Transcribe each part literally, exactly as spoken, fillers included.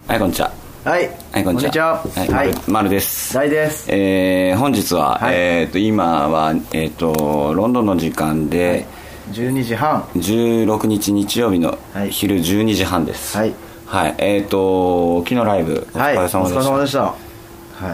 はい、こんにちは。 はい、 はい、こんにちは。 こんにちは。 はい、まるです。 大です。 えー、本日は、 はい、 えっと今はえっとロンドンの時間で、はい、 じゅうにじはん、 じゅうろくにち日曜日の昼じゅうにじはんです。はい。はい、えっと昨日ライブお疲れ様でした。 はい、お疲れ様でした。はい、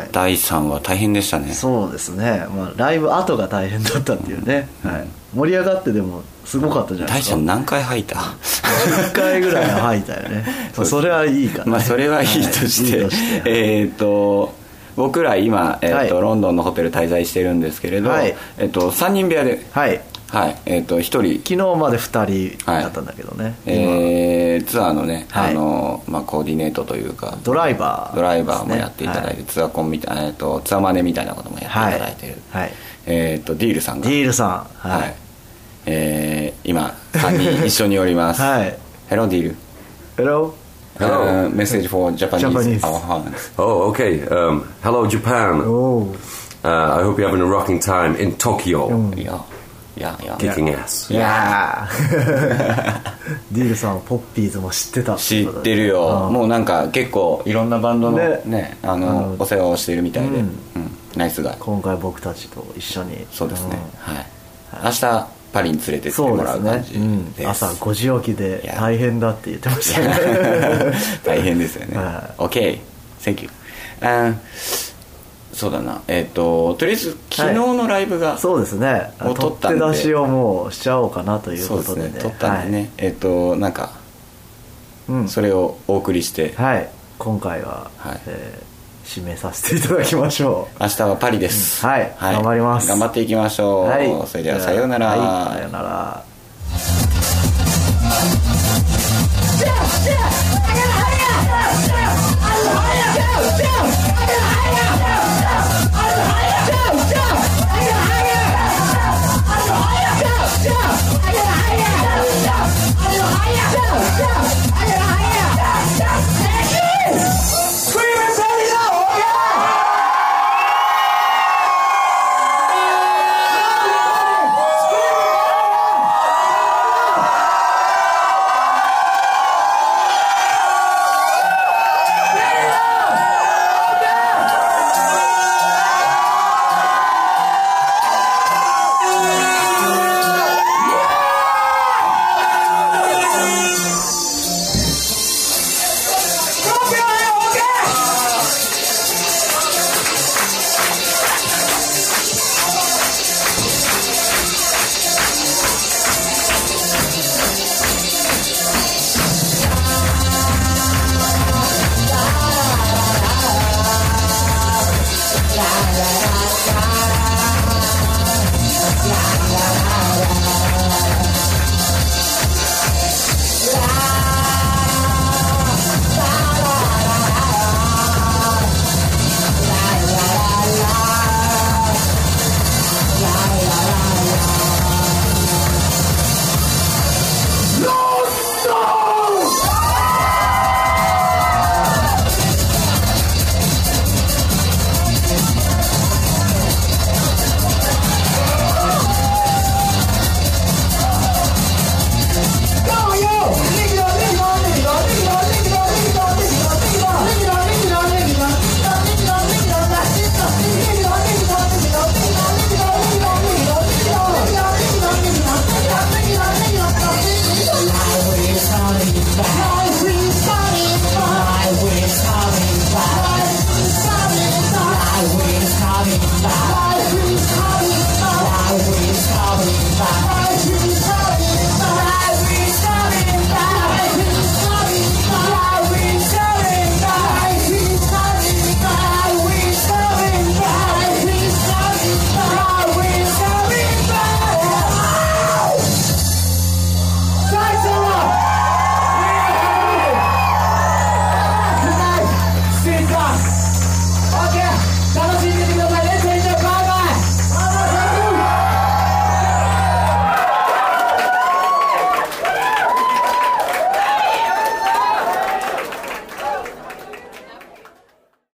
だいさんは大変でしたね。 そうですね、まあ、ライブ後が大変だったっていうね、はい、盛り上がってでもすごかったじゃないですか。 大ちゃん何回吐いた？ じゅっかいぐらい吐いたよね。そ, それはいいから、ね、 まあそれはいいとして、はい、えっと僕ら今、えーとはい、ロンドンのホテル滞在してるんですけれど、はい、えー、とさんにん部屋で、はいはい、えー、とひとり昨日までふたりだったんだけどね、はい、 えー、ツアーのね、はい、あのまあ、コーディネートというかドライバー、 ドライバーもやっていただいて、はい、ツアーコンみたいな、えー、とツアーマネみたいなこともやっていただいてる、はいはい、えー、とディールさんがディールさん、はいはい、 えー、今さんにん一緒におります。はい、Hello ディール。 Hello. Hello. Uh, message for Japanese. Japanese. Our hands. Oh, okay. Um, hello, Japan. Oh. Uh, I hope you're having a rocking time in Tokyo. Mm. Yeah. Yeah, yeah. Kicking ass. Yeah. ディールさんポッピーズも知ってたって知ってるよ。もうなんか結構いろんなバンドのね、ね、あの、あのお世話をしているみたいで、うんうん、ナイスガイ。 今回僕たちと一緒に。 そうですね、うん、はい、明日パリに連れてってもらう感じです。 そうですね、うん、朝ごじ起きで大変だって言ってましたね。 大変ですよね。OK, thank you. あ、そうだな、えっ、ー、ととりあえず昨日のライブが、はい、そうですね、を撮ったんで取って出しをもうしちゃおうかなということで、ね、 そうですね、撮ったんでね、はい、えっ、ー、となんか、うん、それをお送りして、 はい、今回は、はい、えー締めさせていただきましょう。 明日はパリです、 うん、はい、はい、頑張ります。 頑張っていきましょう、はい、それではさようなら、 はい、さようなら。